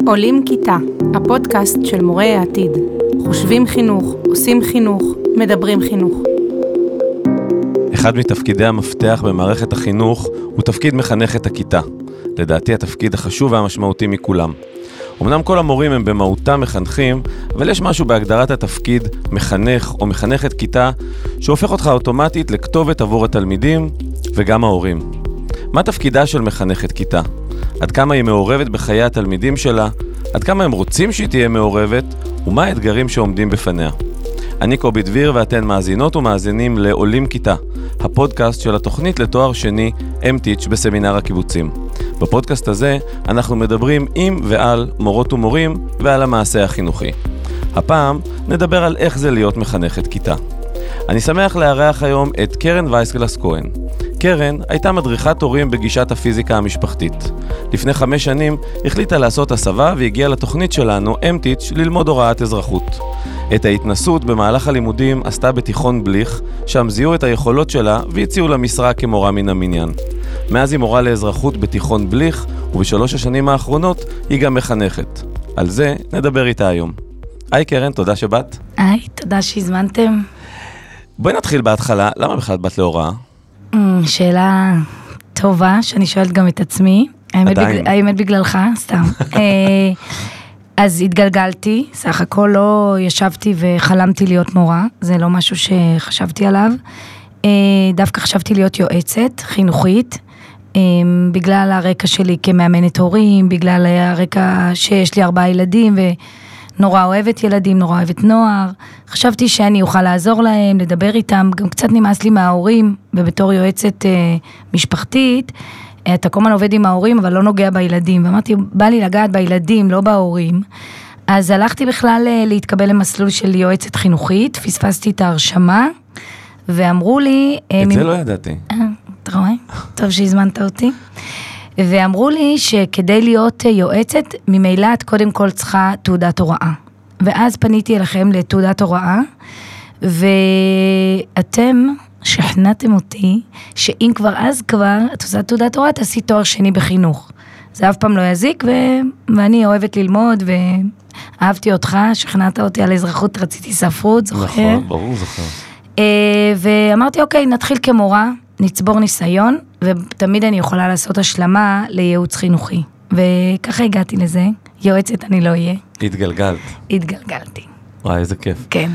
עולים כיתה, הפודקאסט של מורי העתיד. חושבים חינוך, עושים חינוך, מדברים חינוך. אחד מתפקידי המפתח במערכת החינוך הוא תפקיד מחנכת הכיתה. לדעתי התפקיד החשוב והמשמעותי מכולם. אמנם כל המורים הם במהותם מחנכים, אבל יש משהו בהגדרת התפקיד מחנך או מחנכת כיתה שהופך אותך אוטומטית לכתובת עבור התלמידים וגם ההורים. מה תפקידה של מחנכת כיתה? עד כמה היא מעורבת בחיי התלמידים שלה? עד כמה הם רוצים שהיא תהיה מעורבת? ומה האתגרים שעומדים בפניה? אני קובי דביר ואתן מאזינות ומאזינים לעולים כיתה, הפודקאסט של התוכנית לתואר שני MTech בסמינר הקיבוצים. בפודקאסט הזה אנחנו מדברים עם ועל מורות ומורים ועל המעשה החינוכי. הפעם נדבר על איך זה להיות מחנכת כיתה. אני שמח לארח היום את קרן וייסגלס כהן. קרן הייתה מדריכת הורים בגישת הפיזיקה המשפחתית. לפני 5 שנים החליטה לעשות הסבה והגיעה לתוכנית שלנו MTech ללמוד הוראת אזרחות. את ההתנסות במהלך הלימודים עשתה בתיכון בליך, שם זיהו את היכולות שלה והציעו לה משרה כמורה מן המניין. מאז היא מורה לאזרחות בתיכון בליך, וב3 השנים האחרונות היא גם מחנכת. על זה נדבר איתה היום. היי קרן, תודה שבאת. היי, תודה שהזמנתם. בואי נתחיל בהתחלה, למה בכלל באת להוראה? שאלה טובה, שאני שואלת גם את עצמי. האמת בגללך, סתם. אז התגלגלתי, סך הכל לא ישבתי וחלמתי להיות מורה, זה לא משהו שחשבתי עליו. דווקא חשבתי להיות יועצת חינוכית, בגלל הרקע שלי כמאמנת הורים, בגלל הרקע שיש לי 4 ילדים ונורא אוהבת ילדים, נורא אוהבת נוער. חשבתי שאני אוכל לעזור להם, לדבר איתם, גם קצת נמאס לי מההורים, ובתור יועצת משפחתית, אתה כל הזמן עובד עם ההורים, אבל לא נוגע בילדים. ואמרתי, בא לי לגעת בילדים, לא בהורים. אז הלכתי בכלל להתקבל למסלול של יועצת חינוכית, פספסתי את ההרשמה, ואמרו לי... את זה לא ידעתי. אתה רואה? טוב שהזמנת אותי. ואמרו לי שכדי להיות יועצת, ממילא את קודם כל צריכה תעודת הוראה. ואז פניתי אליכם לתעודת הוראה, ואתם... שכנעתם אותי, שאם כבר אז כבר, את עושה תעודת הוראה, תעשי תואר שני בחינוך. זה אף פעם לא יזיק, ואני אוהבת ללמוד, ואהבתי אותך, שכנעת אותי על אזרחות, רציתי ספרות, זוכר? נכון, ברור, זוכר. ואמרתי, אוקיי, נתחיל כמורה, נצבור ניסיון, ותמיד אני יכולה לעשות השלמה לייעוץ חינוכי. וככה הגעתי לזה, יועצת אני לא אהיה. התגלגלתי. וואי, איזה כיף. כן.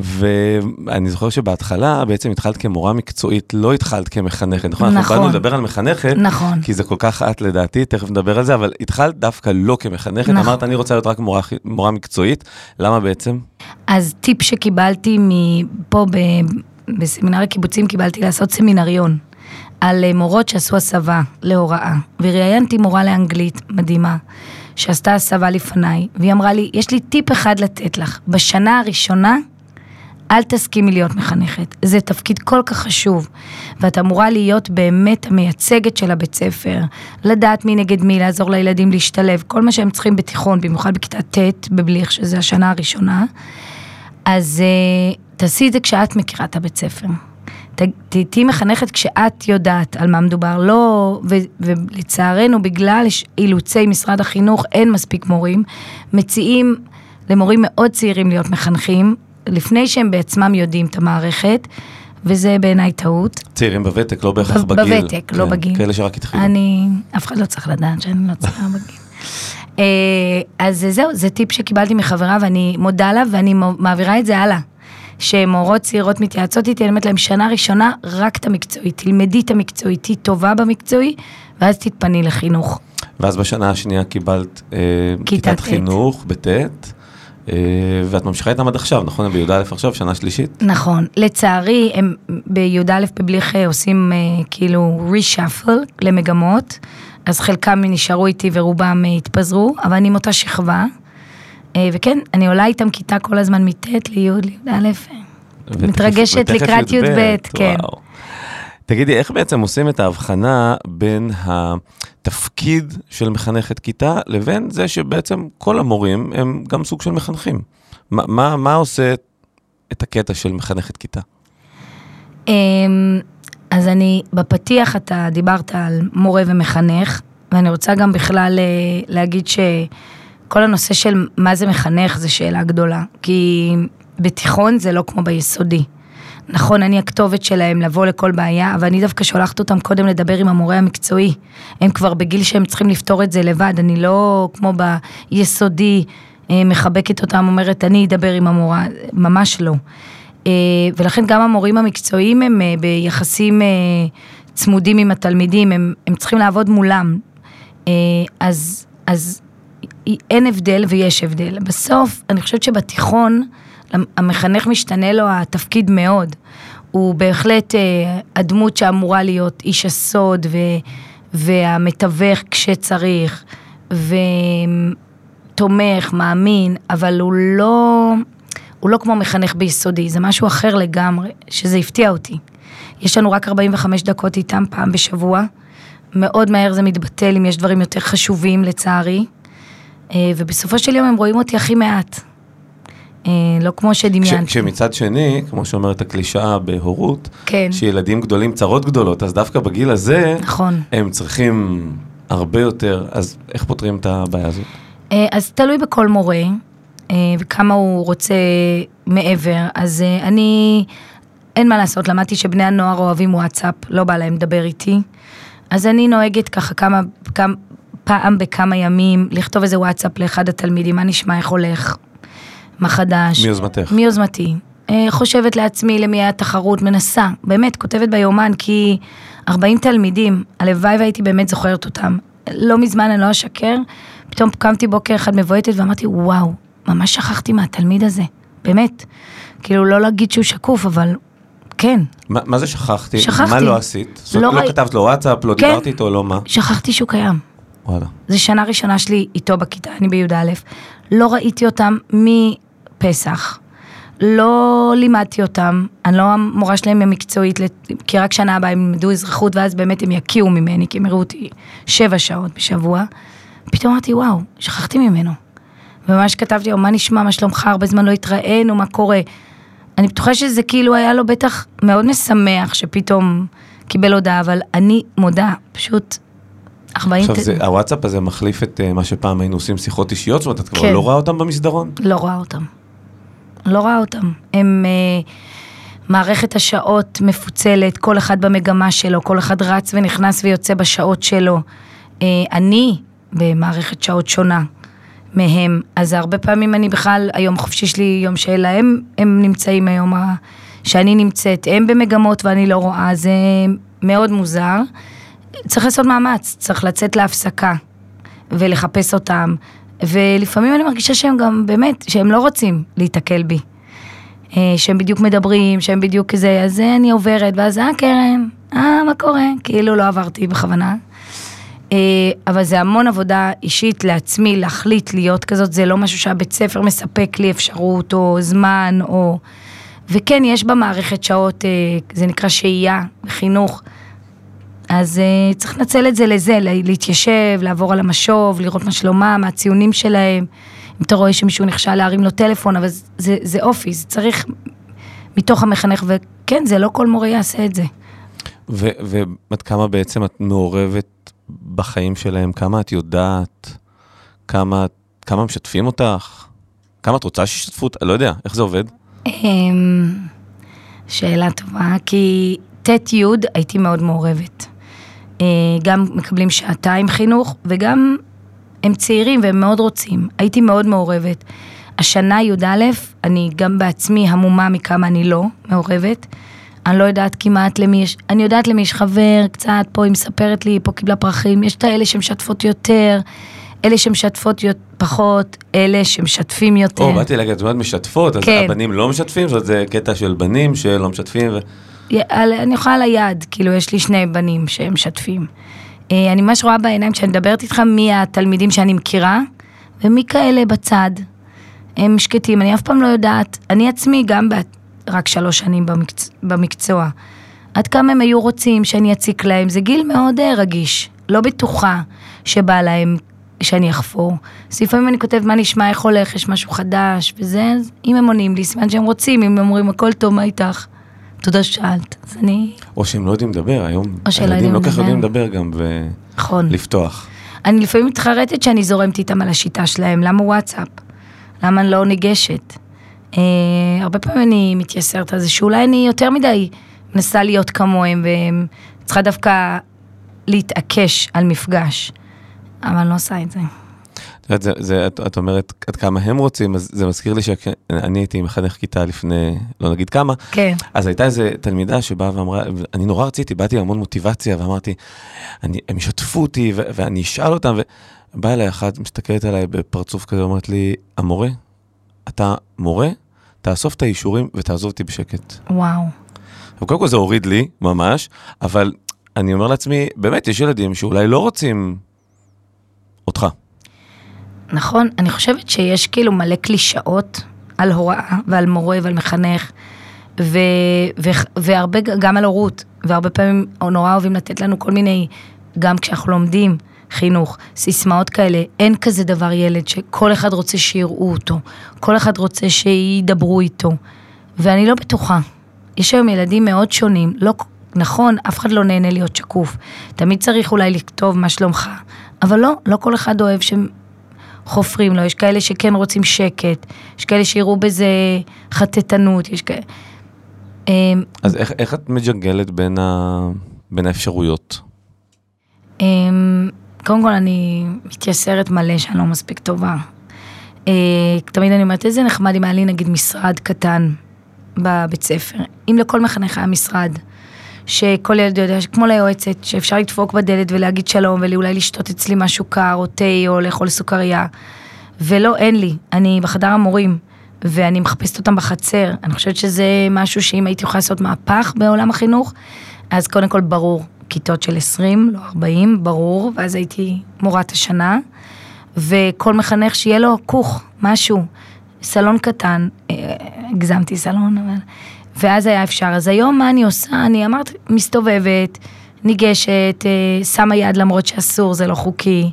ואני זוכר שבהתחלה בעצם התחלת כמורה מקצועית, לא התחלת כמחנכת, נכון? אנחנו באנו לדבר על מחנכת, נכון. כי זה כל כך את לדעתי, תכף נדבר על זה, אבל התחלת דווקא לא כמחנכת, נכון. אמרת אני רוצה להיות רק מורה מקצועית, למה בעצם? אז טיפ שקיבלתי פה בסמינר הקיבוצים, קיבלתי לעשות סמינריון, על מורות שעשו הסבה להוראה, וראיינתי מורה לאנגלית מדהימה, שעשתה הסבה לפניי, והיא אמרה לי, יש לי טיפ אחד לתת לך, בשנה הראשונה, אל תסכימי להיות מחנכת, זה תפקיד כל כך חשוב, ואת אמורה להיות באמת המייצגת של הבית ספר, לדעת מי נגד מי, לעזור לילדים להשתלב, כל מה שהם צריכים בתיכון, במיוחד בכיתה ט' בבליך, שזה השנה הראשונה, אז תעשי את זה כשאת מכירה את הבית ספר, תהיי מחנכת כשאת יודעת על מה מדובר, לא, ולצערנו בגלל אילוצי משרד החינוך אין מספיק מורים, מציעים למורים מאוד צעירים להיות מחנכים, לפני שהם בעצמם יודעים את המערכת, וזה בעיניי טעות. צעירים בוותק, לא בהכרח בגיל. בוותק, לא בגיל. כאלה שרק התחילו. אף אחד לא צריך לדעת שאני לא צריכה בגיל. אז זהו, זה טיפ שקיבלתי מחברה, ואני מודה לה, ואני מעבירה את זה הלאה. שמורות צעירות מתייעצות איתי, אני אומרת להם, שנה ראשונה, רק את המקצועי, תלמדי את המקצועי, תהי טובה במקצועי, ואז תתפני לחינוך. ואז בשנה השנייה קיבלת כיתת חינוך בטט, ואת ממשיכה איתם עד עכשיו, נכון? הם בי"א עכשיו, שנה שלישית? נכון. לצערי, הם בי"א בבליך עושים כאילו reshuffle למגמות, אז חלקם נשארו איתי ורובם התפזרו, אבל אני עם אותה שכבה, וכן, אני עולה איתם כיתה כל הזמן מט' לי' לי"א, מתרגשת לקראת י"ב, כן. תגידי, איך בעצם עושים את ההבחנה בין התפקיד של מחנכת כיתה, לבין זה שבעצם כל המורים הם גם סוג של מחנכים? מה עושה את הקטע של מחנכת כיתה? אז בפתיח אתה דיברת על מורה ומחנך, ואני רוצה גם בכלל להגיד כל הנושא של מה זה מחנך זה שאלה גדולה, כי בתיכון זה לא כמו ביסודי. נכון, אני הכתובת שלהם לבוא לכל בעיה, אבל אני דווקא שולחת אותם קודם לדבר עם המורה המקצועי. הם כבר בגיל שהם צריכים לפתור את זה לבד, אני לא כמו ביסודי, מחבקת אותם, אומרת, אני אדבר עם המורה, ממש לא. ולכן גם המורים המקצועיים הם ביחסים צמודים עם התלמידים, הם צריכים לעבוד מולם. אז אין הבדל ויש הבדל. בסוף, אני חושבת שבתיכון, המחנך משתנה לו התפקיד מאוד. הוא בהחלט הדמות שאמורה להיות איש הסוד והמתווך כשצריך, ותומך, מאמין, אבל הוא לא כמו מחנך ביסודי, זה משהו אחר לגמרי, שזה הפתיע אותי. יש לנו רק 45 דקות איתם פעם בשבוע, מאוד מהר זה מתבטל אם יש דברים יותר חשובים לצערי, ובסופו של יום הם רואים אותי הכי מעט. לא כמו שדמיינתי. כשמצד שני, כמו שאומרת הקלישאה בהורות, כן. שילדים גדולים צרות גדולות, אז דווקא בגיל הזה, נכון. הם צריכים הרבה יותר, אז איך פותרים את הבעיה הזאת? אז תלוי בכל מורה, וכמה הוא רוצה מעבר, אז אין מה לעשות, למדתי שבני הנוער אוהבים וואטסאפ, לא בא להם לדבר איתי, אז אני נוהגת ככה פעם בכמה ימים, לכתוב איזה וואטסאפ לאחד התלמידים, מה נשמע, איך הולך, מה חדש. מיוזמתך. מיוזמתי. חושבת לעצמי למי היה תחרות, מנסה, באמת, כותבת ביומן, כי 40 תלמידים, הלוואי והייתי באמת זוכרת אותם, לא מזמן אני לא אשקר, פתאום קמתי בוקר אחד מבועטת ואמרתי, וואו, ממש שכחתי מהתלמיד הזה, באמת. כאילו לא להגיד שהוא שקוף, אבל כן. מה זה שכחתי? שכחתי. מה לא עשית? לא כתבת לו וואטסאפ, לא דיברתי איתו, לא מה? שכחתי שהוא קיים. וואלה. זה שנה ראשונה שלי איתו בכיתה, אני בי"א. לא ראיתי אותם מפסח. לא לימדתי אותם, אני לא המורה שלהם המקצועית, כי רק שנה הבאה הם לימדו אזרחות, ואז באמת הם יכירו ממני, כי הם הראו אותי 7 שעות בשבוע. פתאום אמרתי, וואו, שכחתי ממנו. וממש כתבתי, מה נשמע, מה שלומך, הרבה זמן לא התראינו, מה קורה. אני בטוחה שזה כאילו היה לו בטח מאוד משמח, שפתאום קיבל הודעה, אבל אני מודה, פשוט 40... עכשיו, הוואטסאפ הזה מחליף את מה שפעם היינו עושים שיחות אישיות, זאת אומרת, את כבר לא רואה אותם במסדרון? לא רואה אותם. לא רואה אותם. הם... מערכת השעות מפוצלת, כל אחד במגמה שלו, כל אחד רץ ונכנס ויוצא בשעות שלו. אני במערכת שעות שונה מהם, אז הרבה פעמים אני בכלל, היום חופשי שלי, יום שלהם, הם נמצאים היום שאני נמצאת, הם במגמות ואני לא רואה, זה מאוד מוזר. צריך לעשות מאמץ, צריך לצאת להפסקה ולחפש אותם, ולפעמים אני מרגישה שהם גם באמת, שהם לא רוצים להתקל בי. שהם בדיוק מדברים, שהם בדיוק כזה, אז אני עוברת, ואז קרן, מה קורה? כאילו לא עברתי בכוונה. אבל זה המון עבודה אישית לעצמי, להחליט להיות כזאת, זה לא משהו שהבית ספר מספק לי אפשרות או זמן, או... וכן, יש במערכת שעות, זה נקרא שהייה בחינוך, אז צריך לנצל את זה לזה, להתיישב, לעבור על המשוב, לראות מה שלומם, מה הציונים שלהם, אם אתה רואה שמישהו נכשל להרים לו טלפון, אבל זה אופי, זה צריך מתוך המחנך, וכן, זה לא כל מורה יעשה את זה. ועד כמה בעצם את מעורבת בחיים שלהם, כמה את יודעת, כמה משתפים אותך, כמה את רוצה שישתפו, לא יודע, איך זה עובד? שאלה טובה, כי י' הייתי מאוד מעורבת. גם מקבלים 2 חינוך, וגם הם צעירים והם מאוד רוצים. הייתי מאוד מעורבת. השנה י"א, אני גם בעצמי המומה מכמה אני לא מעורבת. אני לא יודעת כמעט למי יש, אני יודעת למי יש חבר, קצת פה היא מספרת לי, פה קיבלה פרחים, יש את האלה שמשתפות יותר, אלה שמשתפות פחות, אלה שמשתפים יותר. באתי להגיד, זאת אומרת משתפות, אז הבנים לא משתפים, זאת אומרת זה קטע של בנים שלא משתפים אני יכולה על היד, כאילו יש לי 2 בנים שהם משתפים. אני ממש רואה בעיניים כשאני מדברת איתך מי התלמידים שאני מכירה, ומי כאלה בצד. הם שקטים, אני אף פעם לא יודעת, אני עצמי גם רק 3 שנים במקצוע. עד כמה הם היו רוצים שאני אציק להם, זה גיל מאוד רגיש, לא בטוחה שבא להם שאני אחפור. אז לפעמים אני כותב מה נשמע, איך הולך, יש משהו חדש, וזה, אם הם עונים לי, סימן שהם רוצים, אם הם אומרים הכל טוב, מה איתך? תודה ששאלת, אז אני... או שהם לא יודעים לדבר, היום הילדים לא כך יודעים לדבר גם ולפתוח. אני לפעמים מתחרטת שאני זורמת איתם על השיטה שלהם, למה וואטסאפ? למה אני לא ניגשת? הרבה פעמים אני מתייסרת על זה, שאולי אני יותר מדי מנסה להיות כמוהם, וצריכה דווקא להתעקש על מפגש, אבל אני לא עושה את זה. את אומרת עד כמה הם רוצים, אז זה מזכיר לי שאני הייתי מחנך כיתה לפני, לא נגיד כמה, כן. אז הייתה איזו תלמידה שבאה ואמרה, אני נורא רציתי, באתי המון מוטיבציה, ואמרתי, הם ישתפו אותי, ואני אשאל אותם, ובאה אליי אחת, מסתכלת עליי בפרצוף כזה, אומרת לי, המורה, אתה מורה, תאסוף את האישורים ותעזוב אותי בשקט. וואו. וקודם כל זה הוריד לי, ממש, אבל אני אומר לעצמי, באמת, יש ילדים שאולי לא רוצים אותך. נכון, אני חושבת שיש כאילו מלא קלישאות על הוראה ועל מורה ועל מחנך, והרבה גם על הורות, והרבה פעמים נורא אוהבים לתת לנו כל מיני, גם כשאנחנו לומדים חינוך, סיסמאות כאלה, אין כזה דבר ילד שכל אחד רוצה שיראו אותו, כל אחד רוצה שידברו איתו, ואני לא בטוחה. יש היום ילדים מאוד שונים, לא, נכון, אף אחד לא נהנה להיות שקוף, תמיד צריך אולי לכתוב מה שלומך, אבל לא כל אחד אוהב חופרים לו, יש כאלה שכן רוצים שקט, יש כאלה שיראו בזה חטטנות, יש כאלה. אז איך את מג'נגלת בין האפשרויות? קודם כל אני מתייסרת מלא שאני לא מספיק טובה. תמיד אני אומרת, איזה נחמד אם היה לי נגיד משרד קטן בבית ספר. אם לכל מחנך היה משרד, שכל ילד יודע, כמו ליועצת, שאפשר לדפוק בדלת ולהגיד שלום, ואולי לשתות אצלי משהו קר, או תה, או לאכול סוכריה. ולא, אין לי. אני בחדר המורים, ואני מחפשת אותם בחצר. אני חושבת שזה משהו שאם הייתי יכולה לעשות מהפך בעולם החינוך, אז קודם כל ברור, כיתות של 20, לא 40, ברור, ואז הייתי מורת השנה, וכל מחנך שיהיה לו כוך, משהו, סלון קטן, הגזמתי סלון, אבל... ואז היה אפשר. אז היום מה אני עושה? אני אמרת, מסתובבת, ניגשת, שמה יד למרות שאסור, זה לא חוקי.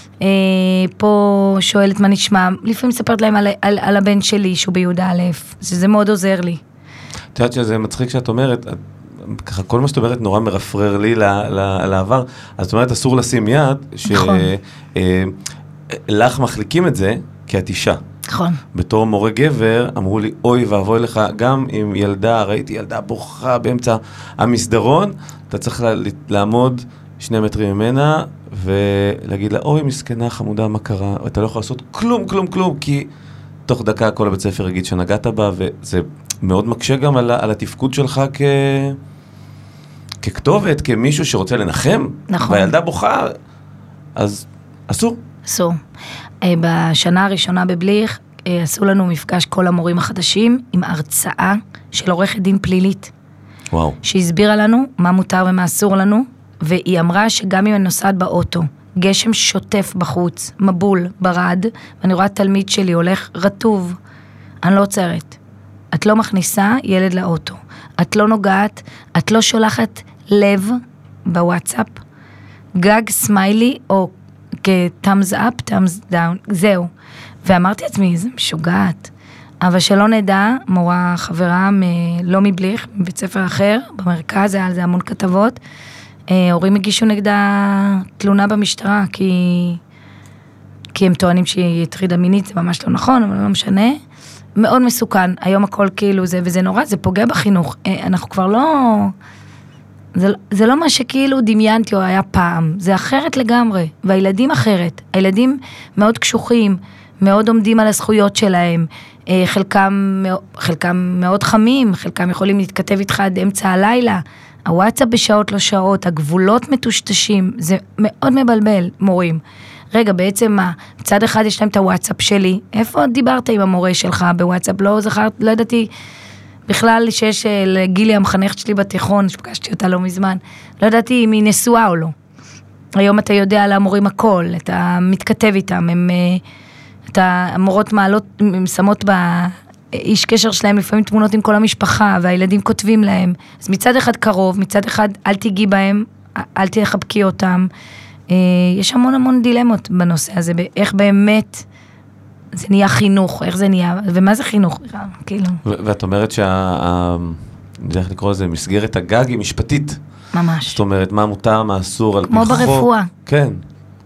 פה שואלת מה נשמע. לפעמים מספרת להם על הבן שלי, שהוא ביהודה א', שזה מאוד עוזר לי. את יודעת שזה מצחיק שאת אומרת, ככה כל מה שאת אומרת נורא מרפרר לי לעבר, אז את אומרת אסור לשים יד, לך מחליקים את זה, כי את אישה. נכון. בתור מורה גבר, אמרו לי, אוי ואבוי לך, גם עם ילדה, ראיתי ילדה בוכה באמצע המסדרון, אתה צריך לעמוד 2 מטרים ממנה, ולהגיד לה, אוי מסכנה חמודה, מה קרה? ואתה לא יכול לעשות כלום, כי תוך דקה כל הבית ספר יגיד שנגעת בה, וזה מאוד מקשה גם על התפקוד שלך ככתובת, כמישהו שרוצה לנחם, נכון. והילדה בוכה, אז אסור. אסור. בשנה הראשונה בבליך, עשו לנו מפגש כל המורים החדשים, עם הרצאה של עורכת דין פלילית. וואו. שהסבירה לנו מה מותר ומה אסור לנו, והיא אמרה שגם אם אני נוסעת באוטו, גשם שוטף בחוץ, מבול, ברד, ואני רואה תלמיד שלי הולך רטוב, אני לא עוצרת. את לא מכניסה ילד לאוטו. את לא נוגעת, את לא שולחת לב בוואטסאפ, גג סמיילי או כ-thumbs up, thumbs down, זהו. ואמרתי לעצמי, זה משוגעת. אבל שלא נדע, מורה חברה לא מבליך, מבית ספר אחר, במרכז, היה על זה המון כתבות, הורים הגישו נגדה תלונה במשטרה, כי הם טוענים שהיא הטרידה מינית, זה ממש לא נכון, אבל לא משנה. מאוד מסוכן, היום הכל כאילו זה, וזה נורא, זה פוגע בחינוך. אנחנו כבר לא... זה לא מה שכאילו דמיינתי או היה פעם, זה אחרת לגמרי, והילדים אחרת. הילדים מאוד קשוחים, מאוד עומדים על הזכויות שלהם, חלקם מאוד חמים, חלקם יכולים להתכתב איתך עד אמצע הלילה, הוואטסאפ בשעות לא שעות, הגבולות מטושטשים, זה מאוד מבלבל, מורים. רגע, בעצם מה? מצד אחד יש להם את הוואטסאפ שלי, איפה דיברת עם המורה שלך בוואטסאפ? לא זכרת, לא ידעתי בכלל שיש לגילי המחנכת שלי בתיכון, שפגשתי אותה לא מזמן, לא ידעתי אם היא נשואה או לא. היום אתה יודע על המורים הכל, אתה מתכתב איתם, המורות מעלות, הם שמות באיש קשר שלהם לפעמים תמונות עם כל המשפחה, והילדים כותבים להם. אז מצד אחד קרוב, מצד אחד אל תיגעי בהם, אל תחבקי אותם. יש המון דילמות בנושא הזה, איך באמת זה נהיה חינוך, איך זה נהיה, ומה זה חינוך? כאילו. ואת אומרת אני יודע איך לקרוא לזה, מסגרת הגג היא משפטית. ממש. זאת אומרת, מה מותר, מה אסור, על פי חוק. כמו ברפואה. כן.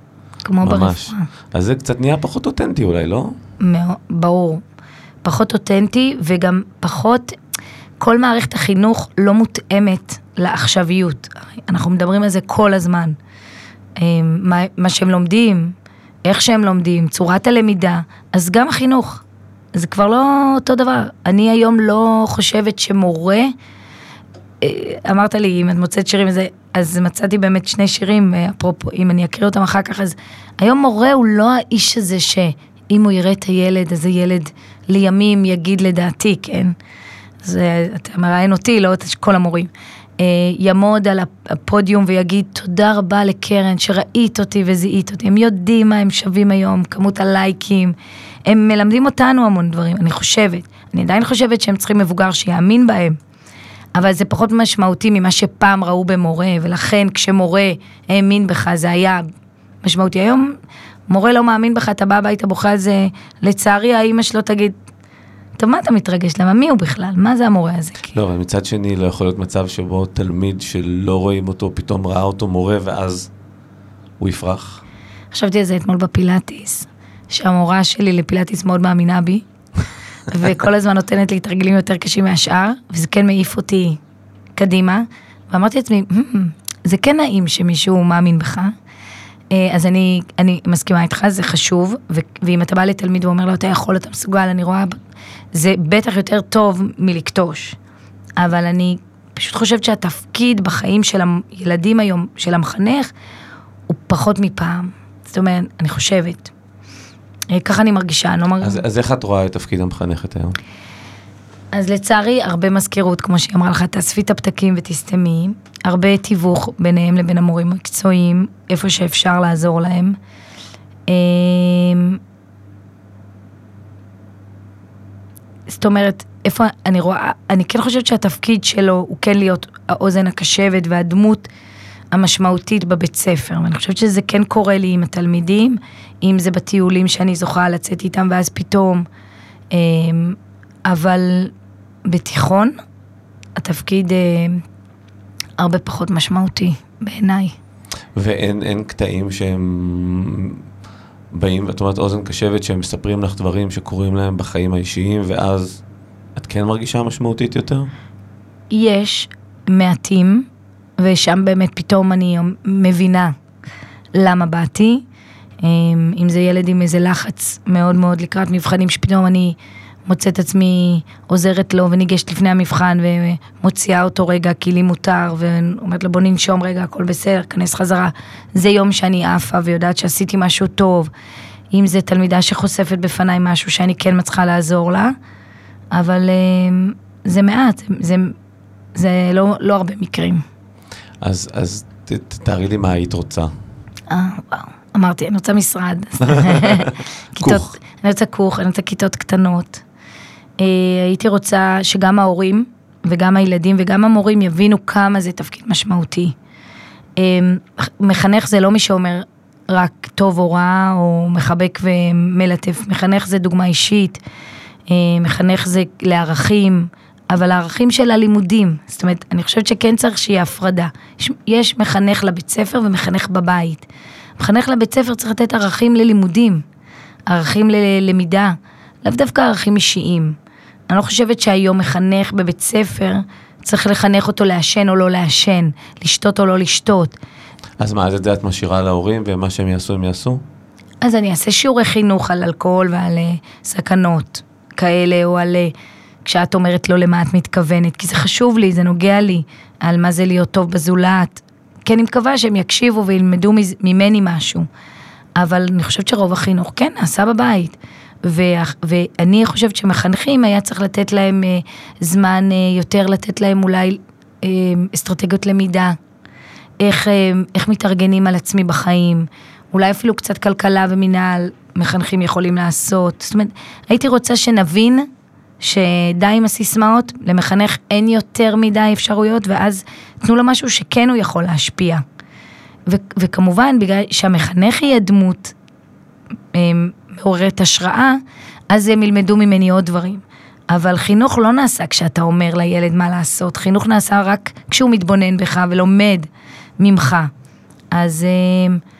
כמו ברפואה. ממש. אז זה קצת נהיה פחות אותנטי אולי, לא? ברור. פחות אותנטי, וגם פחות, כל מערכת החינוך לא מותאמת לעכשוויות. אנחנו מדברים על זה כל הזמן. מה שהם לומדים, איך שהם לומדים, צורת הלמידה, אז גם החינוך. זה כבר לא אותו דבר. אני היום לא חושבת שמורה, אמרת לי, אם את מוצאת שירים, אז מצאתי באמת 2 שירים, אפרופו, אם אני אקריא אותם אחר כך, אז היום מורה הוא לא האיש הזה שאם הוא יראה את הילד, אז הילד לימים יגיד לדעתי, כן? אז אתה מראיין אותי, לא את כל המורים. ימוד על הפודיום ויגיד תודה רבה לקרן שראית אותי וזיהית אותי. הם יודעים מה הם שווים היום, כמות הלייקים, הם מלמדים אותנו המון דברים, אני עדיין חושבת שהם צריכים מבוגר שיאמין בהם, אבל זה פחות משמעותי ממה שפעם ראו במורה, ולכן כשמורה האמין בך זה היה משמעותי. היום מורה לא מאמין בך, אתה בא הביתה בוכה על זה, לצערי האמא שלו תגיד, טוב, מה אתה מתרגש? למה? מי הוא בכלל? מה זה המורה הזה? לא, אבל מצד שני לא יכול להיות מצב שבו תלמיד שלא רואים אותו, פתאום ראה אותו מורה ואז הוא יפרח. חשבתי על זה אתמול בפילאטיס, שהמורה שלי לפילאטיס מאוד מאמינה בי, וכל הזמן נותנת לי תרגילים יותר קשים מהשאר, וזה כן מעיף אותי קדימה, ואמרתי לעצמי, זה כן נעים שמישהו מאמין בך, אז אני מסכימה איתך, זה חשוב, ואם אתה בא לתלמיד ואומר לו, אתה יכול, אתה מסוגל, אני רואה, זה בטח יותר טוב מלקטוש, אבל אני פשוט חושבת שהתפקיד בחיים של הילדים היום, של המחנך, הוא פחות מפעם. זאת אומרת, אני חושבת. ככה אני מרגישה. אז איך את רואה את תפקיד המחנכת היום? אז לצערי, הרבה מזכירות, כמו שהיא אמרה לך, תאספי את הפתקים ותסתמי, הרבה תיווך ביניהם לבין המורים מקצועיים, איפה שאפשר לעזור להם. זאת אומרת, איפה אני רואה, אני כן חושבת שהתפקיד שלו הוא כן להיות האוזן הקשבת והדמות המשמעותית בבית ספר, ואני חושבת שזה כן קורה לי עם התלמידים, אם זה בטיולים שאני זוכה לצאת איתם ואז פתאום, אבל בתיכון התפקיד הרבה פחות משמעותי בעיניי. ואין קטעים שהם באים, ואת אומרת אוזן קשבת, שהם מספרים לך דברים שקורים להם בחיים האישיים, ואז את כן מרגישה משמעותית יותר? יש מעטים, ושם באמת פתאום אני מבינה למה באתי, אם זה ילד עם איזה לחץ מאוד מאוד לקראת מבחנים, שפתאום אני מוצאת עצמי עוזרת לו וניגשת לפני המבחן ומוציאה אותו רגע כי לי מותר, ואומרת לו בוא ננשום רגע, הכל בסדר, כנס חזרה. זה יום שאני עפה ויודעת שעשיתי משהו טוב, אם זה תלמידה שחושפת בפניי משהו שאני כן מצליחה לעזור לה, אבל זה מעט, זה לא הרבה מקרים. אז תארי לי מה היית רוצה. וואו, אמרתי, אני רוצה משרד. כוך. אני רוצה כוך, אני רוצה כיתות קטנות. הייתי רוצה שגם ההורים וגם הילדים וגם המורים יבינו כמה זה תפקיד משמעותי. מחנך זה לא מי שאומר רק טוב או רע או מחבק ומלטף. מחנך זה דוגמה אישית. מחנך זה לערכים, אבל הערכים של הלימודים. זאת אומרת, אני חושבת שכן צריך שיהיה הפרדה. יש מחנך לבית ספר ומחנך בבית. מחנך לבית ספר צריך לתת ערכים ללימודים, ערכים ללמידה, לאו דווקא ערכים אישיים. אני לא חושבת שהיום מחנך בבית ספר, צריך לחנך אותו לעשן או לא לעשן, לשתות או לא לשתות. אז מה, אז את זה את משאירה להורים, ומה שהם יעשו, הם יעשו? אז אני אעשה שיעורי חינוך על אלכוהול ועל סכנות כאלה, או על כשאת אומרת לא למה את מתכוונת, כי זה חשוב לי, זה נוגע לי, על מה זה להיות טוב בזולת. כי אני מקווה שהם יקשיבו וילמדו ממני משהו. אבל אני חושבת שרוב החינוך, כן, נעשה בבית. ואני חושבת שמחנכים היה צריך לתת להם זמן יותר, לתת להם אולי אסטרטגיות למידה, איך מתארגנים על עצמי בחיים, אולי אפילו קצת כלכלה ומנהל מחנכים יכולים לעשות. זאת אומרת, הייתי רוצה שנבין שדי עם הסיסמאות, למחנך אין יותר מדי אפשרויות, ואז תנו לו משהו שכן הוא יכול להשפיע. וכמובן, בגלל שהמחנך יהיה דמות מעוררת השראה, אז הם ילמדו ממני עוד דברים. אבל חינוך לא נעשה כשאתה אומר לילד מה לעשות, חינוך נעשה רק כשהוא מתבונן בך ולומד ממך. אז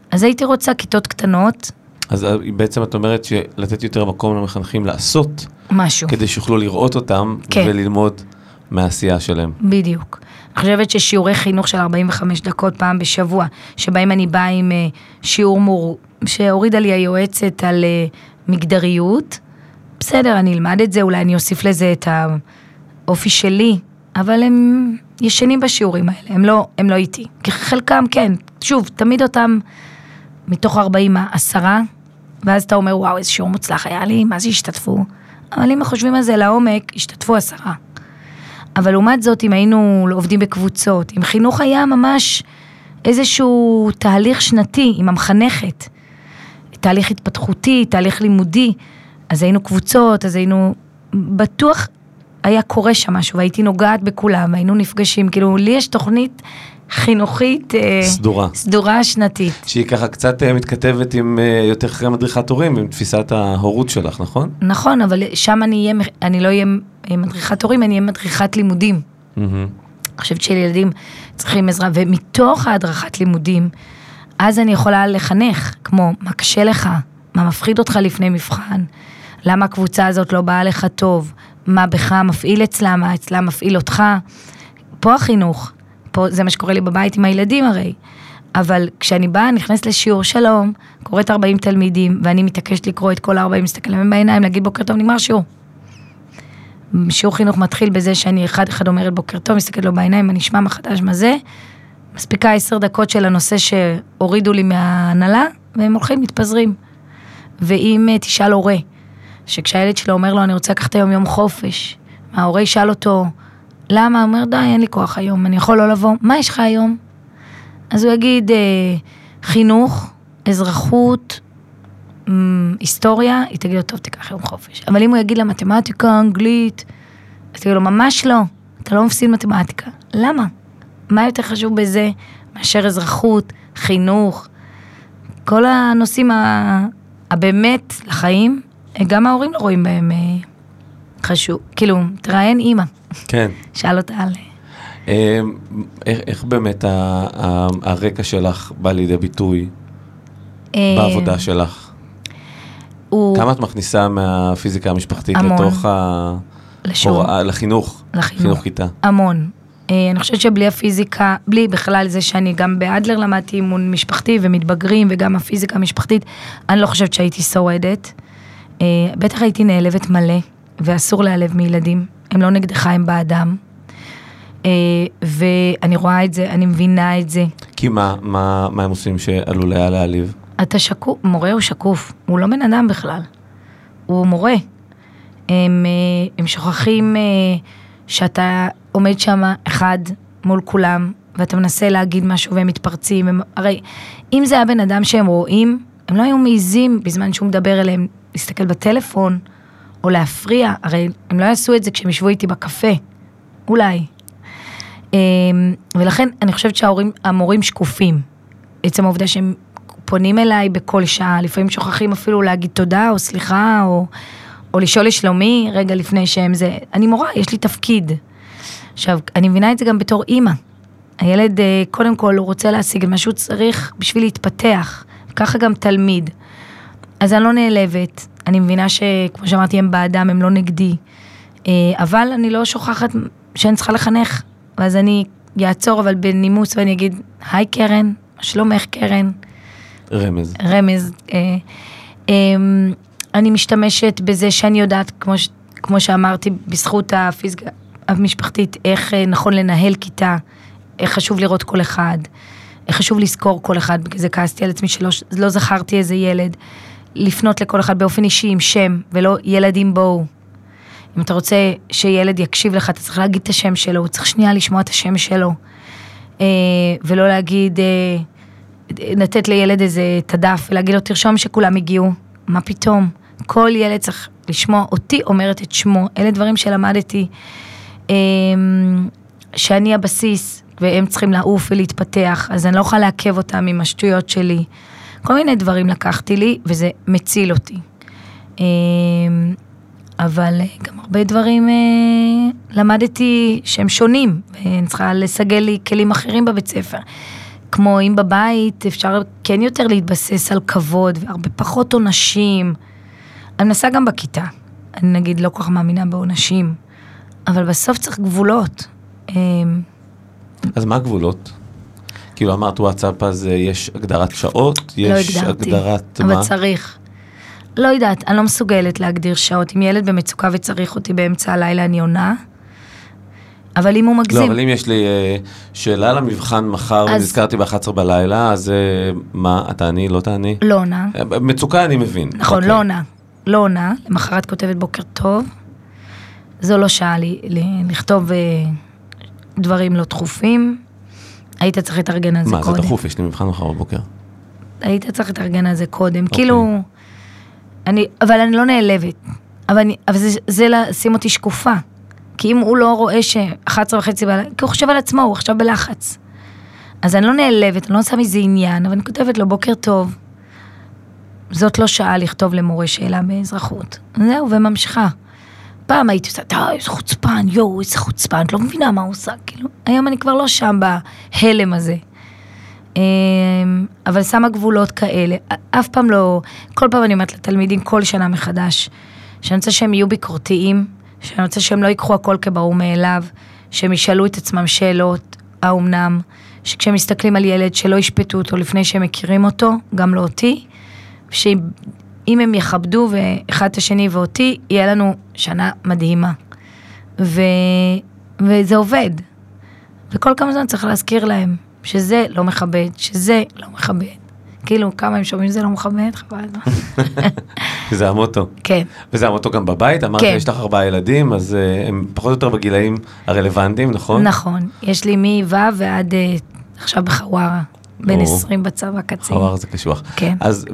אז הייתי רוצה כיתות קטנות. אז בעצם את אומרת שלתת יותר מקום למחנכים לעשות, משהו. כדי שיוכלו לראות אותם, כן. וללמוד מהעשייה שלהם. בדיוק. אני חושבת ששיעורי חינוך של 45 דקות פעם בשבוע, שבהם אני באה עם שיעור שהורידה לי היועצת על מגדריות, בסדר, אני אלמד את זה, אולי אני אוסיף לזה את האופי שלי, אבל הם ישנים בשיעורים האלה, הם לא איתי. כי חלקם כן, שוב, תמיד אותם מתוך 40, 10, ואז אתה אומר, וואו, איזה שיעור מוצלח היה לי, מה זה השתתפו? אבל אם חושבים על זה לעומק, השתתפו 10. אבל לעומת זאת, אם היינו עובדים בקבוצות, אם חינוך היה ממש איזשהו תהליך שנתי עם המחנכת, תהליך התפתחותי, תהליך לימודי, אז היינו קבוצות, אז היינו, בטוח היה קורה שם משהו, והייתי נוגעת בכולם, והיינו נפגשים, כאילו, לי יש תוכנית חינוכית סדורה שנתית. שהיא ככה קצת מתכתבת עם יותר אחרי מדריכת הורים, עם תפיסת ההורות שלך, נכון? נכון, אבל שם אני לא אהיה מדריכת הורים, אני אהיה מדריכת לימודים. אני חושבת שילדים צריכים עזרה, ומתוך ההדרכת לימודים, אז אני יכולה לחנך, כמו, מה קשה לך? מה מפחיד אותך לפני מבחן? למה הקבוצה הזאת לא באה לך טוב? מה בך מפעיל אצלה? מה אצלה מפעיל אותך? פה החינוך. פה זה מה שקורה לי בבית עם הילדים הרי. אבל כשאני באה, נכנס לשיעור שלום, קוראת 40 תלמידים, ואני מתעקשת לקרוא את כל 40, מסתכל להם בעיניים, להגיד בוקר טוב, נגמר שיעור. שיעור חינוך מתחיל בזה שאני אחד אומרת בוקר טוב, מסתכל לו בעיניים, אני אשמע מה חדש, מה זה? מספיקה 10 דקות של הנושא שהורידו לי מההנהלה, והם הולכים, מתפזרים. ואם תשאל הורה, שכשהילד שלו אומר לו, אני רוצה לקחת היום יום חופש, ההורה ישאל אותו, למה? הוא אומר, די, אין לי כוח היום, אני יכול לא לבוא. מה יש לך היום? אז הוא יגיד, חינוך, אזרחות, היסטוריה, היא תגיד לו, טוב, תיקח יום חופש. אבל אם הוא יגיד לה מתמטיקה, אנגלית, אז תגיד לו, ממש לא, אתה לא מפסיד מתמטיקה. למה? מה יותר חשוב בזה מאשר אזרחות, חינוך, כל הנושאים הבאמת לחיים, גם ההורים לא רואים בהם חשוב. כאילו, תראיין אימא. כן. שאל אותה על... איך באמת הרקע שלך בא לידי ביטוי בעבודה שלך? כמה את מכניסה מהפיזיקה המשפחתית לתוך לחינוך כיתה? המון. אני חושבת שבלי הפיזיקה, בלי בכלל זה שאני גם באדלר למדתי אימון משפחתי ומתבגרים, וגם הפיזיקה המשפחתית, אני לא חושבת שהייתי שורדת. בטח הייתי נעלבת מלא, ואסור להעלב מילדים. הם לא נגדך, הם באדם. ואני רואה את זה, אני מבינה את זה. כי מה הם עושים שעלול היה להעליב? אתה שקוף, מורה הוא שקוף, הוא לא בן אדם בכלל. הוא מורה. הם שוכחים שאתה עומד שם אחד מול כולם, ואתה מנסה להגיד משהו והם מתפרצים. הרי אם זה היה בן אדם שהם רואים, הם לא היו מעיזים בזמן שהוא מדבר אליהם, להסתכל בטלפון, או להפריע. הרי הם לא יעשו את זה כשהם ישבו איתי בקפה. אולי. ולכן אני חושבת שהמורים שקופים. עצם העובדה שהם פונים אליי בכל שעה, לפעמים שוכחים אפילו להגיד תודה או סליחה, או לשאול לשלומי רגע לפני שהם זה. אני מורה, יש לי תפקיד. עכשיו, אני מבינה את זה גם בתור אימא. הילד קודם כל הוא רוצה להשיג את מה שהוא צריך בשביל להתפתח. ככה גם תלמיד. אז אני לא נעלבת. אני מבינה שכמו שאמרתי, הם באדם, הם לא נגדי. אבל אני לא שוכחת שאני צריכה לחנך. ואז אני אעצור, אבל בנימוס, ואני אגיד, היי קרן, מה שלומך קרן? רמז. אני משתמשת בזה שאני יודעת, כמו שאמרתי, בזכות הפיזיקה המשפחתית, איך נכון לנהל כיתה, איך חשוב לראות כל אחד, איך חשוב לזכור כל אחד, בגלל זה כעסתי על עצמי שלא זכרתי איזה ילד, לפנות לכל אחד באופן אישי עם שם, ולא ילדים בואו. אם אתה רוצה שילד יקשיב לך, אתה צריך להגיד את השם שלו, הוא צריך שנייה לשמוע את השם שלו, ולא להגיד, לתת לילד איזה תדף, ולהגיד לו, תרשום שכולם הגיעו, מה פתאום? כל ילד צריך לשמוע אותי אומרת את שמו, אלה דברים שלמדתי, שאני הבסיס, והם צריכים לעוף ולהתפתח, אז אני לא יכולה לעכב אותם עם השטויות שלי. כל מיני דברים לקחתי לי, וזה מציל אותי. אבל גם הרבה דברים למדתי שהם שונים, ואני צריכה לסגל לי כלים אחרים בבית ספר. כמו אם בבית אפשר כן יותר להתבסס על כבוד, והרבה פחות עונשים. אני מנסה גם בכיתה, אני נגיד לא כל כך מאמינה בעונשים, אבל בסוף צריך גבולות. אז מה הגבולות? כאילו אמרת וואטסאפ, אז יש הגדרת שעות? יש הגדרת מה? אבל צריך. לא יודעת, אני לא מסוגלת להגדיר שעות. אם ילד במצוקה וצריך אותי באמצע הלילה, אני עונה. אבל אם הוא מגזים... לא, אבל אם יש לי שאלה למבחן מחר, ונזכרתי ב-11 בלילה, אז מה? תעני, לא תעני? לא עונה. מצוקה אני מבין. נכון, לא עונה. לא עונה. למחרת כותבת בוקר טוב. זו לא שעה לכתוב דברים לא דחופים. היית צריך להתארגן על זה קודם. מה, זה דחוף? יש לי מבחן מחר בבוקר. היית צריך להתארגן על זה קודם. כאילו... אבל אני לא נעלבת. אבל זה לשים אותי שקופה. כי אם הוא לא רואה ש11:30 בלילה, כי הוא חושב על עצמו, הוא עכשיו בלחץ. אז אני לא נעלבת, אני לא עושה מזה עניין, אבל אני כותבת לו בוקר טוב. זאת לא שעה לכתוב למורה שאלה באזרחות. זהו, וממשיכה. פעם הייתי עושה, איזה חוצפן, איזה חוצפן, את לא מבינה מה הוא עושה, כאילו. היום אני כבר לא שם בהלם הזה. אבל שמה גבולות כאלה. אף פעם לא, כל פעם אני אומרת לתלמידים, כל שנה מחדש, שאני רוצה שהם יהיו ביקורתיים, שאני רוצה שהם לא ייקחו הכל כברור מאליו, שהם ישאלו את עצמם שאלות, האומנם, שכשהם מסתכלים על ילד שלא ישפטו אותו לפני שהם מכירים אותו, גם לא אותי, שאם הם יכבדו ואחד את השני ואותי, יהיה לנו שנה מדהימה. וזה עובד. וכל כמה זמן צריך להזכיר להם, שזה לא מכבד, שזה לא מכבד. כאילו, כמה הם שומעים שזה לא מכבד, חבל. זה המוטו. כן. וזה המוטו גם בבית, אמרת, יש לך 4 ילדים, אז הם פחות או יותר בגילאים הרלוונטיים, נכון? נכון. יש לי מו' ועד עכשיו בחווארה, בין 20 בצבא קצין. חווארה זה קשוח. כן. אז,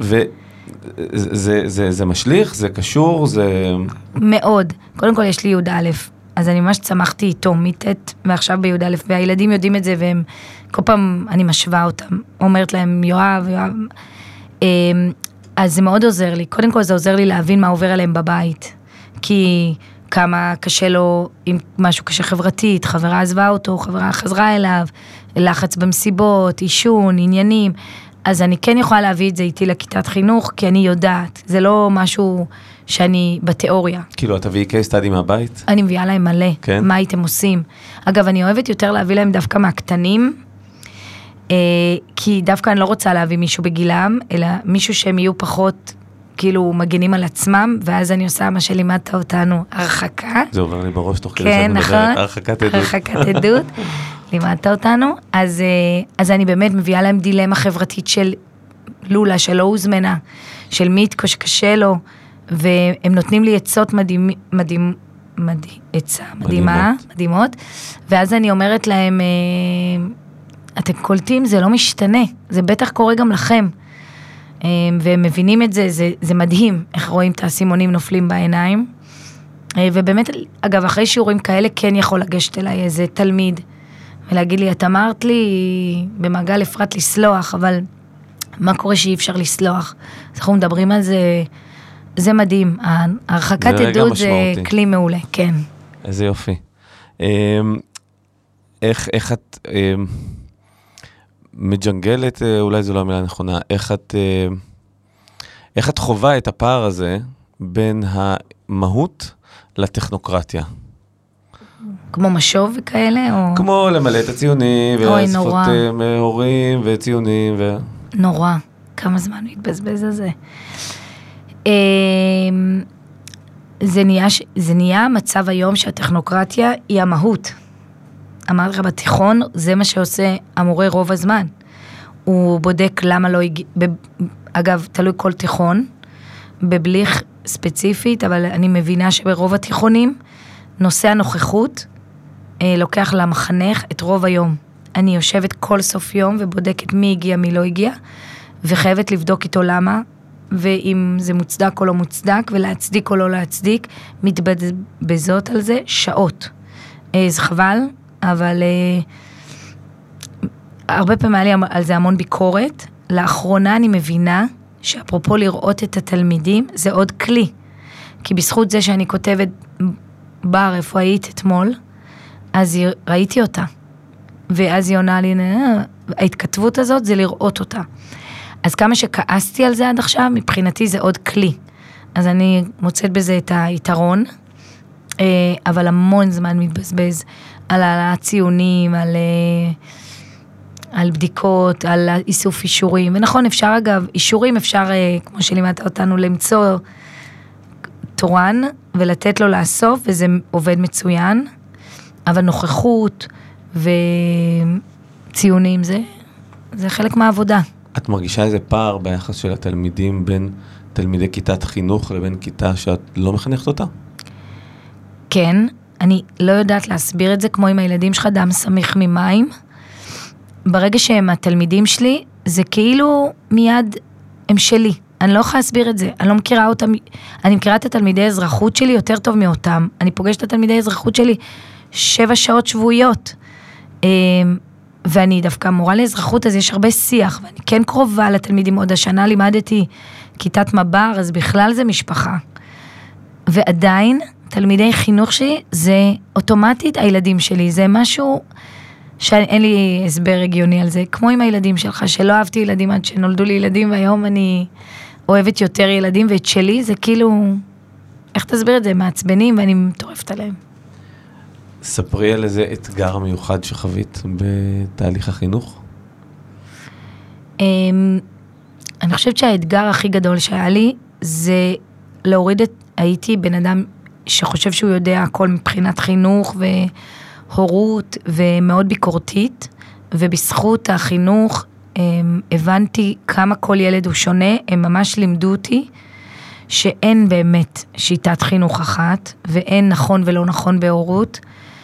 זה משליך, זה קשור, זה... מאוד. קודם כל יש לי י"א, אז אני ממש צמחתי איתו, מיטט, ועכשיו בי"א, והילדים יודעים את זה, והם, כל פעם אני משווה אותם, אומרת להם, יואב, אז זה מאוד עוזר לי. קודם כל זה עוזר לי להבין מה עובר עליהם בבית, כי כמה קשה לו, עם משהו קשה חברתית, חברה עזבה אותו, חברה חזרה אליו, לחץ במסיבות, אישון, עניינים, אז אני כן יכולה להביא את זה איתי לכיתת חינוך, כי אני יודעת, זה לא משהו שאני בתיאוריה. כאילו, את תביאי case study מהבית? אני מביאה להם מלא, כן? מה הייתם עושים. אגב, אני אוהבת יותר להביא להם דווקא מהקטנים, כי דווקא אני לא רוצה להביא מישהו בגילם, אלא מישהו שהם יהיו פחות, כאילו, מגנים על עצמם, ואז אני עושה מה שלימדת אותנו, הרחקה. זה עובר לי בראש תוך כדי כן, נכון. הרחקת עדות. הרחקת עדות. לימדת אותנו, אז אני באמת מביאה להם דילמה חברתית של לולה, שלא הוזמנה, של מיתקו שקשה לו, והם נותנים לי עצות מדהימות, ואז אני אומרת להם, אתם קולטים, זה לא משתנה, זה בטח קורה גם לכם, והם מבינים את זה, זה מדהים, איך רואים את הסימונים נופלים בעיניים, ובאמת, אגב, אחרי שיעורים כאלה, כן יכול לגשת אליי איזה תלמיד, ולהגיד לי, את אמרת לי במעגל אפרת לסלוח, אבל מה קורה שאי אפשר לסלוח? אז אנחנו מדברים על זה, זה מדהים. הרחקת עדות זה כלי מעולה, כן. איזה יופי. איך את מג'נגלת, אולי זו לא המילה הנכונה, איך את חובה את הפער הזה בין המהות לטכנוקרטיה? כמו משוב וכאלה? או... כמו למלא את הציונים, ואספות הורים וציונים. נורא. כמה זמן מתבזבז על זה. זה נהיה מצב היום שהטכנוקרטיה היא המהות. אמרתי לך, בתיכון זה מה שעושה המורה רוב הזמן. הוא בודק למה לא הגיע, אגב, תלוי כל תיכון, בבליך ספציפית, אבל אני מבינה שברוב התיכונים, נושא הנוכחות לוקח למחנך את רוב היום. אני יושבת כל סוף יום ובודקת מי הגיע, מי לא הגיע, וחייבת לבדוק איתו למה, ואם זה מוצדק או לא מוצדק, ולהצדיק או לא להצדיק, מתבזבזות על זה שעות. זה חבל, אבל הרבה פעמים היה לי על זה המון ביקורת. לאחרונה אני מבינה שאפרופו לראות את התלמידים, זה עוד כלי. כי בזכות זה שאני כותבת ברפואית אתמול, אז ראיתי אותה. ואז היא עונה לי, ההתכתבות הזאת זה לראות אותה. אז כמה שכעסתי על זה עד עכשיו, מבחינתי זה עוד כלי. אז אני מוצאת בזה את היתרון, אבל המון זמן מתבזבז על הציונים, על בדיקות, על איסוף אישורים. ונכון, אפשר אגב, אישורים אפשר, כמו שלימדת אותנו, למצוא תורן ולתת לו לאסוף, וזה עובד מצוין, אבל נוכחות וציונים זה חלק מהעבודה. את מרגישה איזה פער ביחס של התלמידים בין תלמידי כיתת חינוך לבין כיתה שאת לא מחנכת אותה? כן, אני לא יודעת להסביר את זה, כמו עם הילדים שלך דם סמיך ממים. ברגע שהם התלמידים שלי, זה כאילו מיד הם שלי. אני לא יכולה להסביר את זה, אני לא מכירה אותם, אני מכירה את התלמידי אזרחות שלי יותר טוב מאותם. אני פוגשת את התלמידי אזרחות שלי 7 שעות שבועיות. ואני דווקא מורה לאזרחות, אז יש הרבה שיח, ואני כן קרובה לתלמידים. עוד השנה לימדתי כיתת מב"ר, אז בכלל זה משפחה. ועדיין, תלמידי חינוך שלי, זה אוטומטית הילדים שלי, זה משהו שאין לי הסבר הגיוני על זה, כמו עם הילדים שלך, שלא אהבתי ילדים עד שנולדו לי ילדים, והיום אני אוהבת יותר ילדים, ואת שלי זה כאילו, איך תסביר את זה? מעצבנים, ואני מטורפת עליהם. ספרי על איזה אתגר מיוחד שחווית בתהליך החינוך. אני חושבת שהאתגר הכי גדול שהיה לי, זה להוריד הייתי בן אדם שחושב שהוא יודע הכל מבחינת חינוך והורות ומאוד ביקורתית, ובזכות החינוך הבנתי כמה כל ילד הוא שונה, הם ממש לימדו אותי שאין באמת שיטת חינוך אחת, ואין נכון ולא נכון בהורות,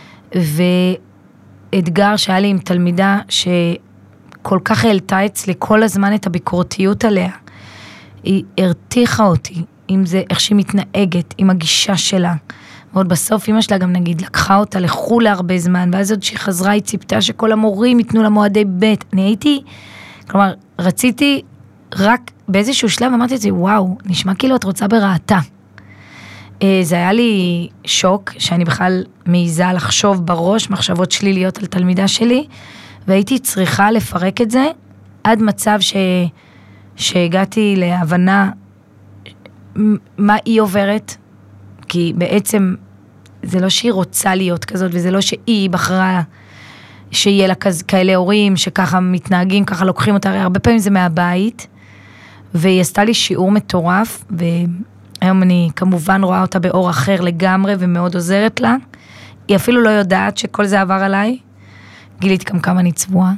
ואתגר שהיה לי עם תלמידה שכל כך העלתה אצלי כל הזמן את הביקורתיות עליה, היא הרתיחה אותי, אם זה איך שהיא מתנהגת, עם הגישה שלה, ועוד בסוף אמא שלה גם נגיד לקחה אותה לחול להרבה זמן, ואז עוד שהיא חזרה היא ציפתה שכל המורים ייתנו לה מועדי בית, אני הייתי, כלומר רציתי רק באיזשהו שלב אמרתי את זה, וואו, נשמע כאילו את רוצה ברעתה. זה היה לי שוק, שאני בכלל מעיזה לחשוב בראש, מחשבות שליליות על תלמידה שלי, והייתי צריכה לפרק את זה, עד מצב שהגעתי להבנה, מה היא עוברת, כי בעצם זה לא שהיא רוצה להיות כזאת, וזה לא שהיא בחרה שיהיה לה כאלה הורים, שככה מתנהגים, ככה לוקחים אותה, הרי הרבה פעמים זה מהבית, והיא עשתה לי שיעור מטורף, והיום אני כמובן רואה אותה באור אחר לגמרי, ומאוד עוזרת לה. היא אפילו לא יודעת שכל זה עבר עליי, גילית גם כמה אני צבועה.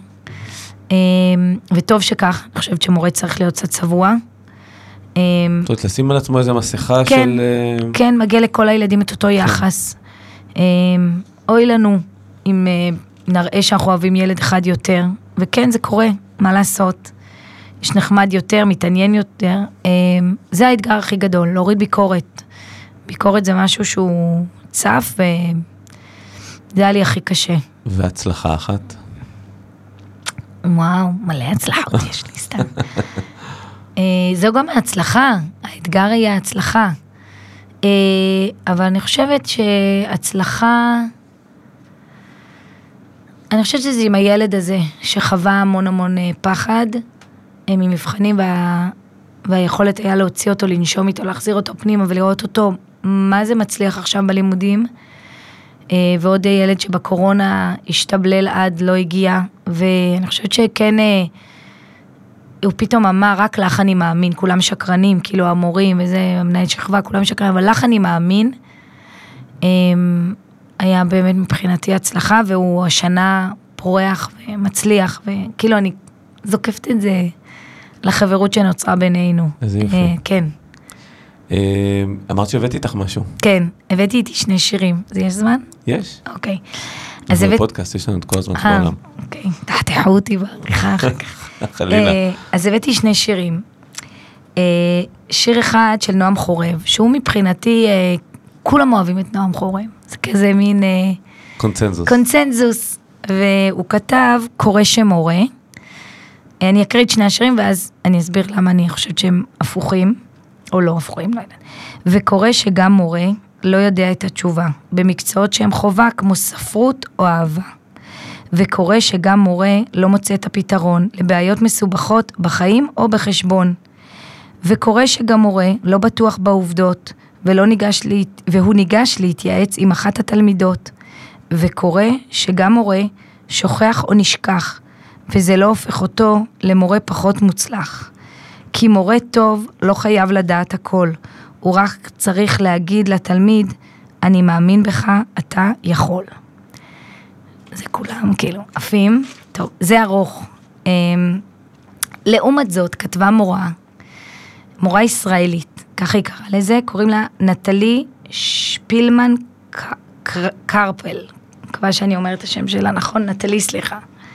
וטוב שכך, אני חושבת שמורה צריך להיות קצת צבוע. זאת אומרת, לשים על עצמו איזו מסכה כן, של... כן, מגיע לכל הילדים את אותו יחס. אוי לנו, אם נראה שאנחנו אוהבים ילד אחד יותר, וכן, זה קורה, מה לעשות? יש נחמד יותר, מתעניין יותר. זה האתגר הכי גדול, להוריד ביקורת. ביקורת זה משהו שהוא צף, וזה היה לי הכי קשה. והצלחה אחת? וואו, מלא הצלחות יש לי, סתם. זו גם ההצלחה, האתגר יהיה ההצלחה. אבל אני חושבת שהצלחה, אני חושבת שזה עם הילד הזה, שחווה המון המון פחד, ממבחנים, והיכולת היה להוציא אותו, לנשום איתו, להחזיר אותו פנימה ולראות אותו, מה זה מצליח עכשיו בלימודים, ועוד ילד שבקורונה השתבלל עד לא הגיע, ואני חושבת שכן, הוא פתאום אמר, רק לך אני מאמין, כולם שקרנים, כאילו המורים וזה, המנהל שכבה, כולם שקרנים, אבל לך אני מאמין, היה באמת מבחינתי הצלחה, והוא השנה פורח ומצליח, וכאילו אני זוקפת את זה לחברות שנוצרה בינינו. איזה יפה. כן. אמרת שהבאתי איתך משהו. כן, הבאתי איתי 2 שירים. זה יש זמן? יש. אוקיי. אז בפודקאסט יש לנו את כל הזמן בעולם. אוקיי, תחתכו אותי בעריכה אחר כך. חלילה. אז הבאתי 2 שירים. שיר אחד של נועם חורב, שהוא מבחינתי, כולם אוהבים את נועם חורב. זה כזה מין... קונצנזוס. קונצנזוס. והוא כתב קורא שמורה. אני אקריא את 2 השירים, ואז אני אסביר למה אני חושבת שהם הפוכים, או לא הפוכים, לא יודעת. וקורא שגם מורה לא יודע את התשובה, במקצועות שהם חובה, כמו ספרות או אהבה. וקורה שגם מורה לא מוצא את הפתרון לבעיות מסובכות בחיים או בחשבון. וקורה שגם מורה לא בטוח בעובדות, והוא ניגש להתייעץ עם אחת התלמידות. וקורה שגם מורה שוכח או נשכח, וזה לא הופך אותו למורה פחות מוצלח. כי מורה טוב לא חייב לדעת הכל, הוא רק צריך להגיד לתלמיד, אני מאמין בך, אתה יכול. זה כולם כאילו עפים. טוב, זה ארוך. לעומת זאת, כתבה מורה ישראלית, ככה היא קראה לזה, קוראים לה נטלי שפילמן קרפל. מקווה שאני אומרת את השם שלה, נכון? נטלי, סליחה.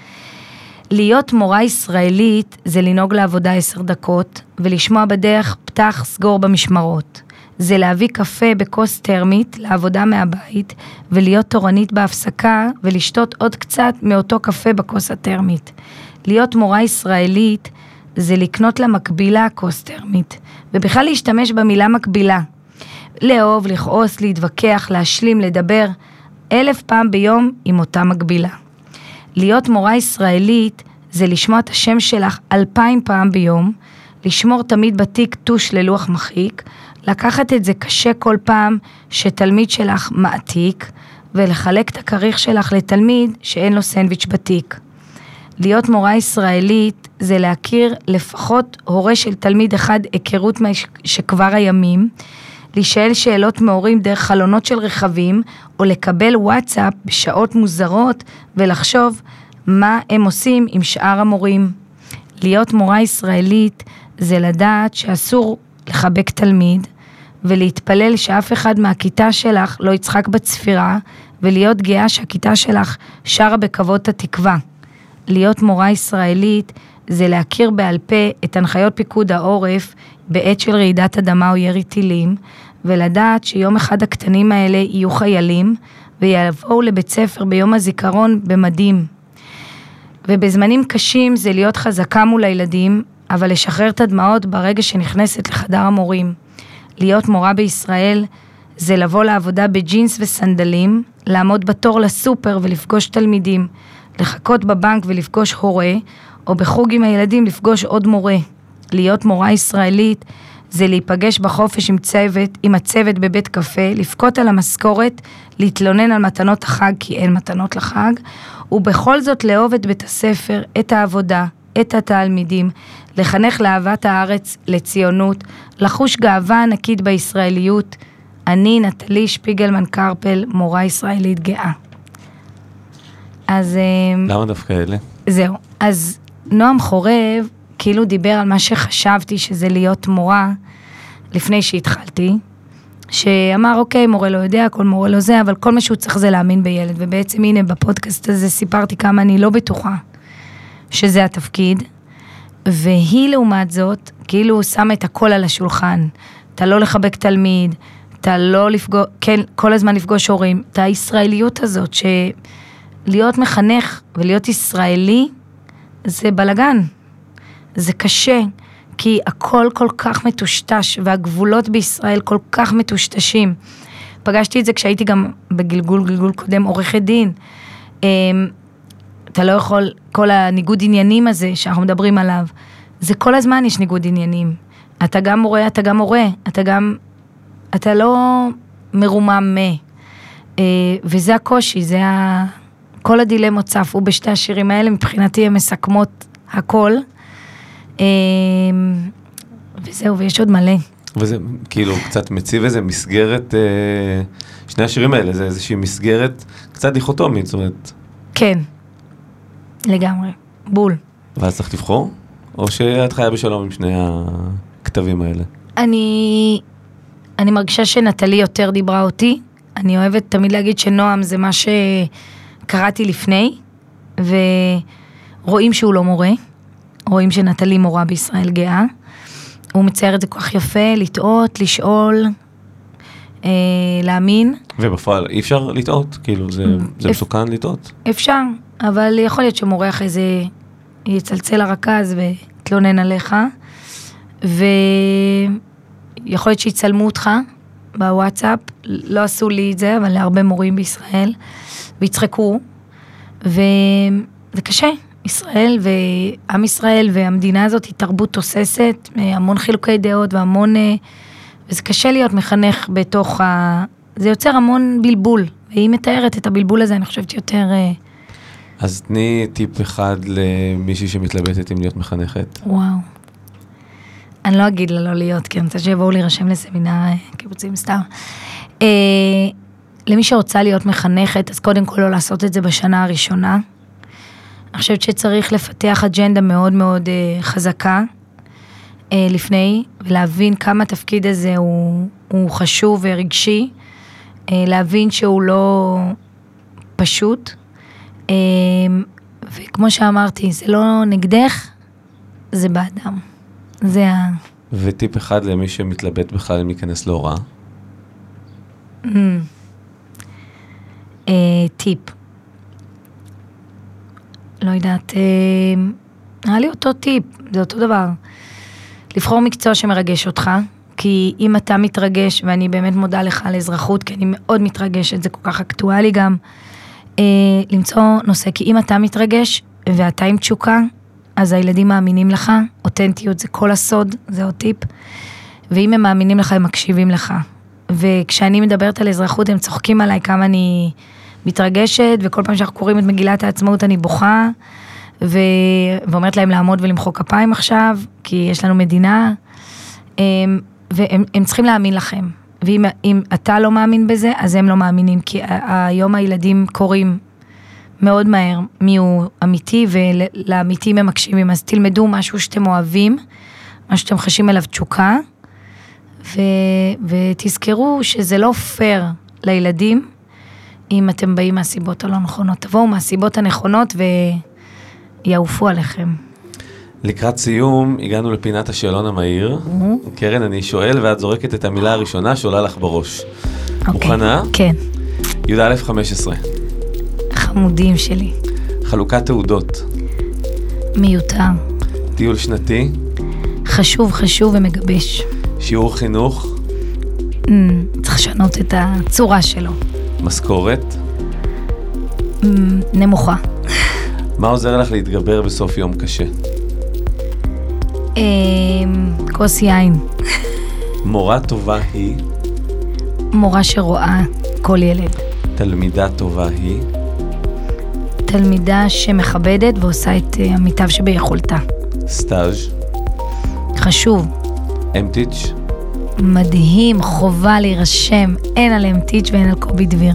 להיות מורה ישראלית זה לנהוג לעבודה 10 דקות, ולשמוע בדרך פתח סגור במשמרות. זה להביא קפה בכוס טרמית לעבודה מהבית, ולהיות תורנית בהפסקה, ולשתות עוד קצת מאותו קפה בכוס הטרמית. להיות מורה ישראלית זה לקנות לה מקבילה כוס טרמית, ובכלל להשתמש במילה מקבילה. לאהוב, לכעוס, להתווכח, להשלים, לדבר 1000 פעם ביום עם אותה מקבילה. להיות מורה ישראלית זה לשמוע את השם שלך 2000 פעם ביום, לשמור תמיד בתיק טוש ללוח מחיק, לקחת את זה קשה כל פעם שתלמיד שלך מעתיק, ולחלק את הכריך שלך לתלמיד שאין לו סנדוויץ' בתיק. להיות מורה ישראלית זה להכיר לפחות הורה של תלמיד אחד היכרות שכבר הימים, לשאל שאלות מהורים דרך חלונות של רכבים, או לקבל וואטסאפ בשעות מוזרות, ולחשוב מה הם עושים עם שאר המורים. להיות מורה ישראלית זה לדעת שאסור לחבק תלמיד, ולהתפלל שאף אחד מהכיתה שלך לא יצחק בצפירה, ולהיות גאה שהכיתה שלך שרה בכבוד את התקווה. להיות מורה ישראלית זה להכיר בעל פה את הנחיות פיקוד העורף בעת של רעידת אדמה או ירי טילים, ולדעת שיום אחד הקטנים האלה יהיו חיילים, ויבואו לבית ספר ביום הזיכרון במדים. ובזמנים קשים זה להיות חזקה מול הילדים, אבל לשחרר את הדמעות ברגע שנכנסת לחדר המורים. להיות מורה בישראל זה לבוא לעבודה בג'ינס וסנדלים, לעמוד בתור לסופר ולפגוש תלמידים, לחכות בבנק ולפגוש הורה, או בחוג עם הילדים לפגוש עוד מורה. להיות מורה ישראלית זה להיפגש בחופש עם הצוות בבית קפה, לפקות על המשכורת, להתלונן על מתנות החג כי אין מתנות לחג, ובכל זאת לאהוב את בית הספר, את העבודה, את התלמידים, לחנך לאהבת הארץ, לציונות, לחוש גאווה ענקית בישראליות. אני נטלי שפיגלמן קרפל, מורה ישראלית גאה. אז למה דווקא אלה? זהו. אז נועם חורב כאילו דיבר על מה שחשבתי שזה להיות מורה לפני שהתחלתי, שאמר אוקיי, מורה לא יודע, כל מורה לא זה, אבל כל מה שהוא צריך זה להאמין בילד, ובעצם הנה בפודקאסט הזה סיפרתי כמה אני לא בטוחה שזה התפקיד, והיא לעומת זאת כאילו שמה את הכל על השולחן, אתה לא לחבק תלמיד, אתה לא לפגוש, כן, כל הזמן לפגוש הורים, את הישראליות הזאת, שלהיות מחנך ולהיות ישראלי זה בלגן, זה קשה, כי הכל כל כך מטושטש, והגבולות בישראל כל כך מטושטשים. פגשתי את זה כשהייתי גם בגלגול קודם, עורכת דין. אתה לא יכול, כל הניגוד עניינים הזה שאנחנו מדברים עליו, זה כל הזמן יש ניגוד עניינים. אתה גם מורה, אתה גם מורה, אתה לא מרומם וזה הקושי, זה כל הדילמות צפו בשתי השירים האלה, מבחינתי הן מסכמות הכל. וזהו, ויש עוד מלא. וזה כאילו קצת מציב איזה מסגרת, שני השירים האלה, זה איזושהי מסגרת קצת דיכוטומית, זאת אומרת. כן, לגמרי, בול. ואז צריך לבחור? או שאת חיה בשלום עם שני הכתבים האלה? אני מרגישה שנטלי יותר דיברה אותי, אני אוהבת תמיד להגיד שנועם זה מה שקראתי לפני, ורואים שהוא לא מורה, רואים שנטלי מורה בישראל גאה, הוא מצייר את זה כל כך יפה, לטעות, לשאול, להאמין. ובפועל אי אפשר לטעות, כאילו זה מסוכן לטעות? אפשר, אבל יכול להיות שמורה אחרי זה יצלצל לרכז ותלונן עליך, ויכול להיות שיצלמו אותך בוואטסאפ, לא עשו לי את זה, אבל להרבה מורים בישראל, ויצחקו, וזה קשה. ישראל ועם ישראל והמדינה הזאת היא תרבות תוססת, המון חילוקי דעות וזה קשה להיות מחנך בתוך זה יוצר המון בלבול, והיא מתארת את הבלבול הזה, אני חושבת יותר... אז תני טיפ אחד למישהי שמתלבטת עם להיות מחנכת. וואו. אני לא אגיד לה לא להיות, כי אני רוצה שיבואו להירשם לסמינר קיבוצים סתם. למי שרוצה להיות מחנכת, אז קודם כל לא לעשות את זה בשנה הראשונה. אני חושבת שצריך לפתח אג'נדה מאוד מאוד חזקה לפני, ולהבין כמה התפקיד הזה הוא חשוב ורגשי, להבין שהוא לא פשוט, וכמו שאמרתי, זה לא נגדך, זה באדם. זה וטיפ אחד למי שמתלבט בכלל אם ייכנס להוראה? טיפ. לא יודעת, נראה לי אותו טיפ, זה אותו דבר. לבחור מקצוע שמרגש אותך, כי אם אתה מתרגש, ואני באמת מודה לך על אזרחות, כי אני מאוד מתרגשת, זה כל כך אקטואלי גם, למצוא נושא, כי אם אתה מתרגש, ואתה עם תשוקה, אז הילדים מאמינים לך, אותנטיות זה כל הסוד, זה עוד טיפ, ואם הם מאמינים לך, הם מקשיבים לך. וכשאני מדברת על אזרחות, הם צוחקים עליי כמה אני מתרגשת, וכל פעם שאנחנו קוראים את מגילת העצמאות, אני בוכה, ואומרת להם לעמוד ולמחוא כפיים עכשיו, כי יש לנו מדינה, והם צריכים להאמין לכם. ואם אתה לא מאמין בזה, אז הם לא מאמינים, כי היום הילדים קוראים מאוד מהר מי הוא אמיתי, ולאמיתים הם מקשיבים. אז תלמדו משהו שאתם אוהבים, משהו שאתם חשים אליו תשוקה, ותזכרו שזה לא פייר לילדים, אם אתם באים מהסיבות הלא נכונות. תבואו מהסיבות הנכונות ויעופו עליכם. לקראת סיום, הגענו לפינת השאלון המהיר. קרן, אני שואל, ואת זורקת את המילה הראשונה שעולה לך בראש. מוכנה? כן. י"א 15. חמודים שלי. חלוקת תעודות. מיותר. טיול שנתי. חשוב ומגבש. שיעור חינוך. צריך לשנות את הצורה שלו. משכורת. נמוכה. מה עוזר לך להתגבר בסוף יום קשה? כוס יין. מורה טובה היא? מורה שרואה כל ילד. תלמידה טובה היא? תלמידה שמכבדת ועושה את המיטב שביכולתה. סטאז'. חשוב. אמטיץ'. מדהים, חובה להירשם, אין על אמטיץ' ואין על קובי דביר.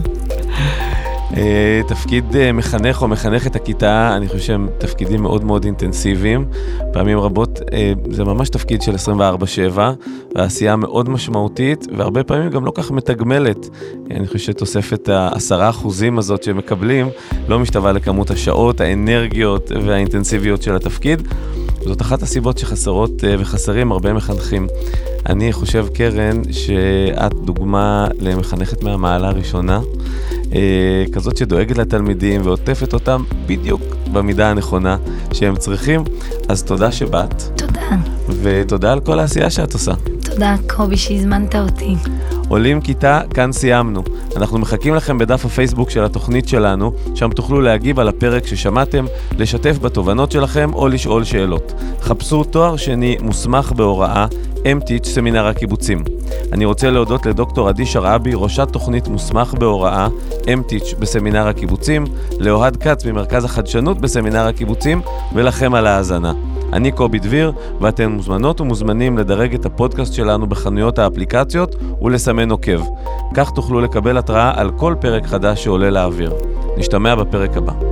תפקיד מחנך או מחנכת הכיתה, אני חושב שהם תפקידים מאוד מאוד אינטנסיביים, פעמים רבות זה ממש תפקיד של 24/7, והעשייה מאוד משמעותית, והרבה פעמים גם לא כך מתגמלת. אני חושב שתוספת 10% הזאת שמקבלים, לא משתווה לכמות השעות, האנרגיות והאינטנסיביות של התפקיד. זאת אחת הסיבות שחסרות וחסרים הרבה מחנכים. אני חושב, קרן, שאת דוגמה למחנכת מהמעלה הראשונה, כזאת שדואגת לתלמידים ועוטפת אותם בדיוק במידה הנכונה שהם צריכים. אז תודה שבאת. תודה. ותודה על כל העשייה שאת עושה. תודה, קובי, שהזמנת אותי. עולים כיתה, כאן סיימנו. אנחנו מחכים לכם בדף הפייסבוק של התוכנית שלנו, שם תוכלו להגיב על הפרק ששמעתם, לשתף בתובנות שלכם או לשאול שאלות. חפשו תואר שני מוסמך בהוראה, אמטיץ' סמינר הקיבוצים. אני רוצה להודות לדוקטור עדי שרעבי, ראשת תוכנית מוסמך בהוראה, אמטיץ' בסמינר הקיבוצים, לאוהד קץ ממרכז החדשנות בסמינר הקיבוצים, ולכם על ההאזנה. אני קובי דביר, ואתם מוזמנות ומוזמנים לדרג את הפודקאסט שלנו בחנויות האפליקציות ולסמן עוקב. כך תוכלו לקבל התראה על כל פרק חדש שעולה לאוויר. נשתמע בפרק הבא.